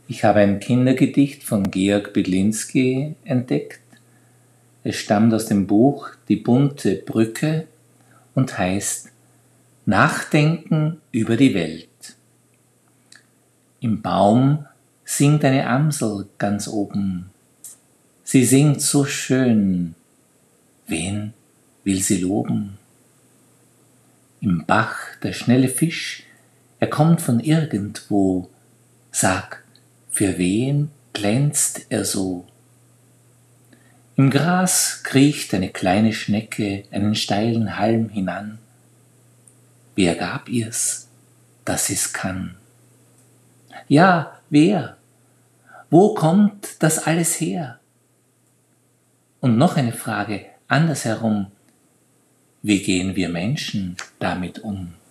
Ich habe ein Kindergedicht von Georg Bedlinski entdeckt. Es stammt aus dem Buch Die bunte Brücke und heißt Nachdenken über die Welt. Im Baum singt eine Amsel ganz oben. Sie singt so schön. Wen will sie loben? Im Bach der schnelle Fisch, er kommt von irgendwo. Sag, für wen glänzt er so? Im Gras kriecht eine kleine Schnecke einen steilen Halm hinan. Wer gab ihr's, dass sie's kann? Ja, wer? Wo kommt das alles her? Und noch eine Frage andersherum. Wie gehen wir Menschen damit um?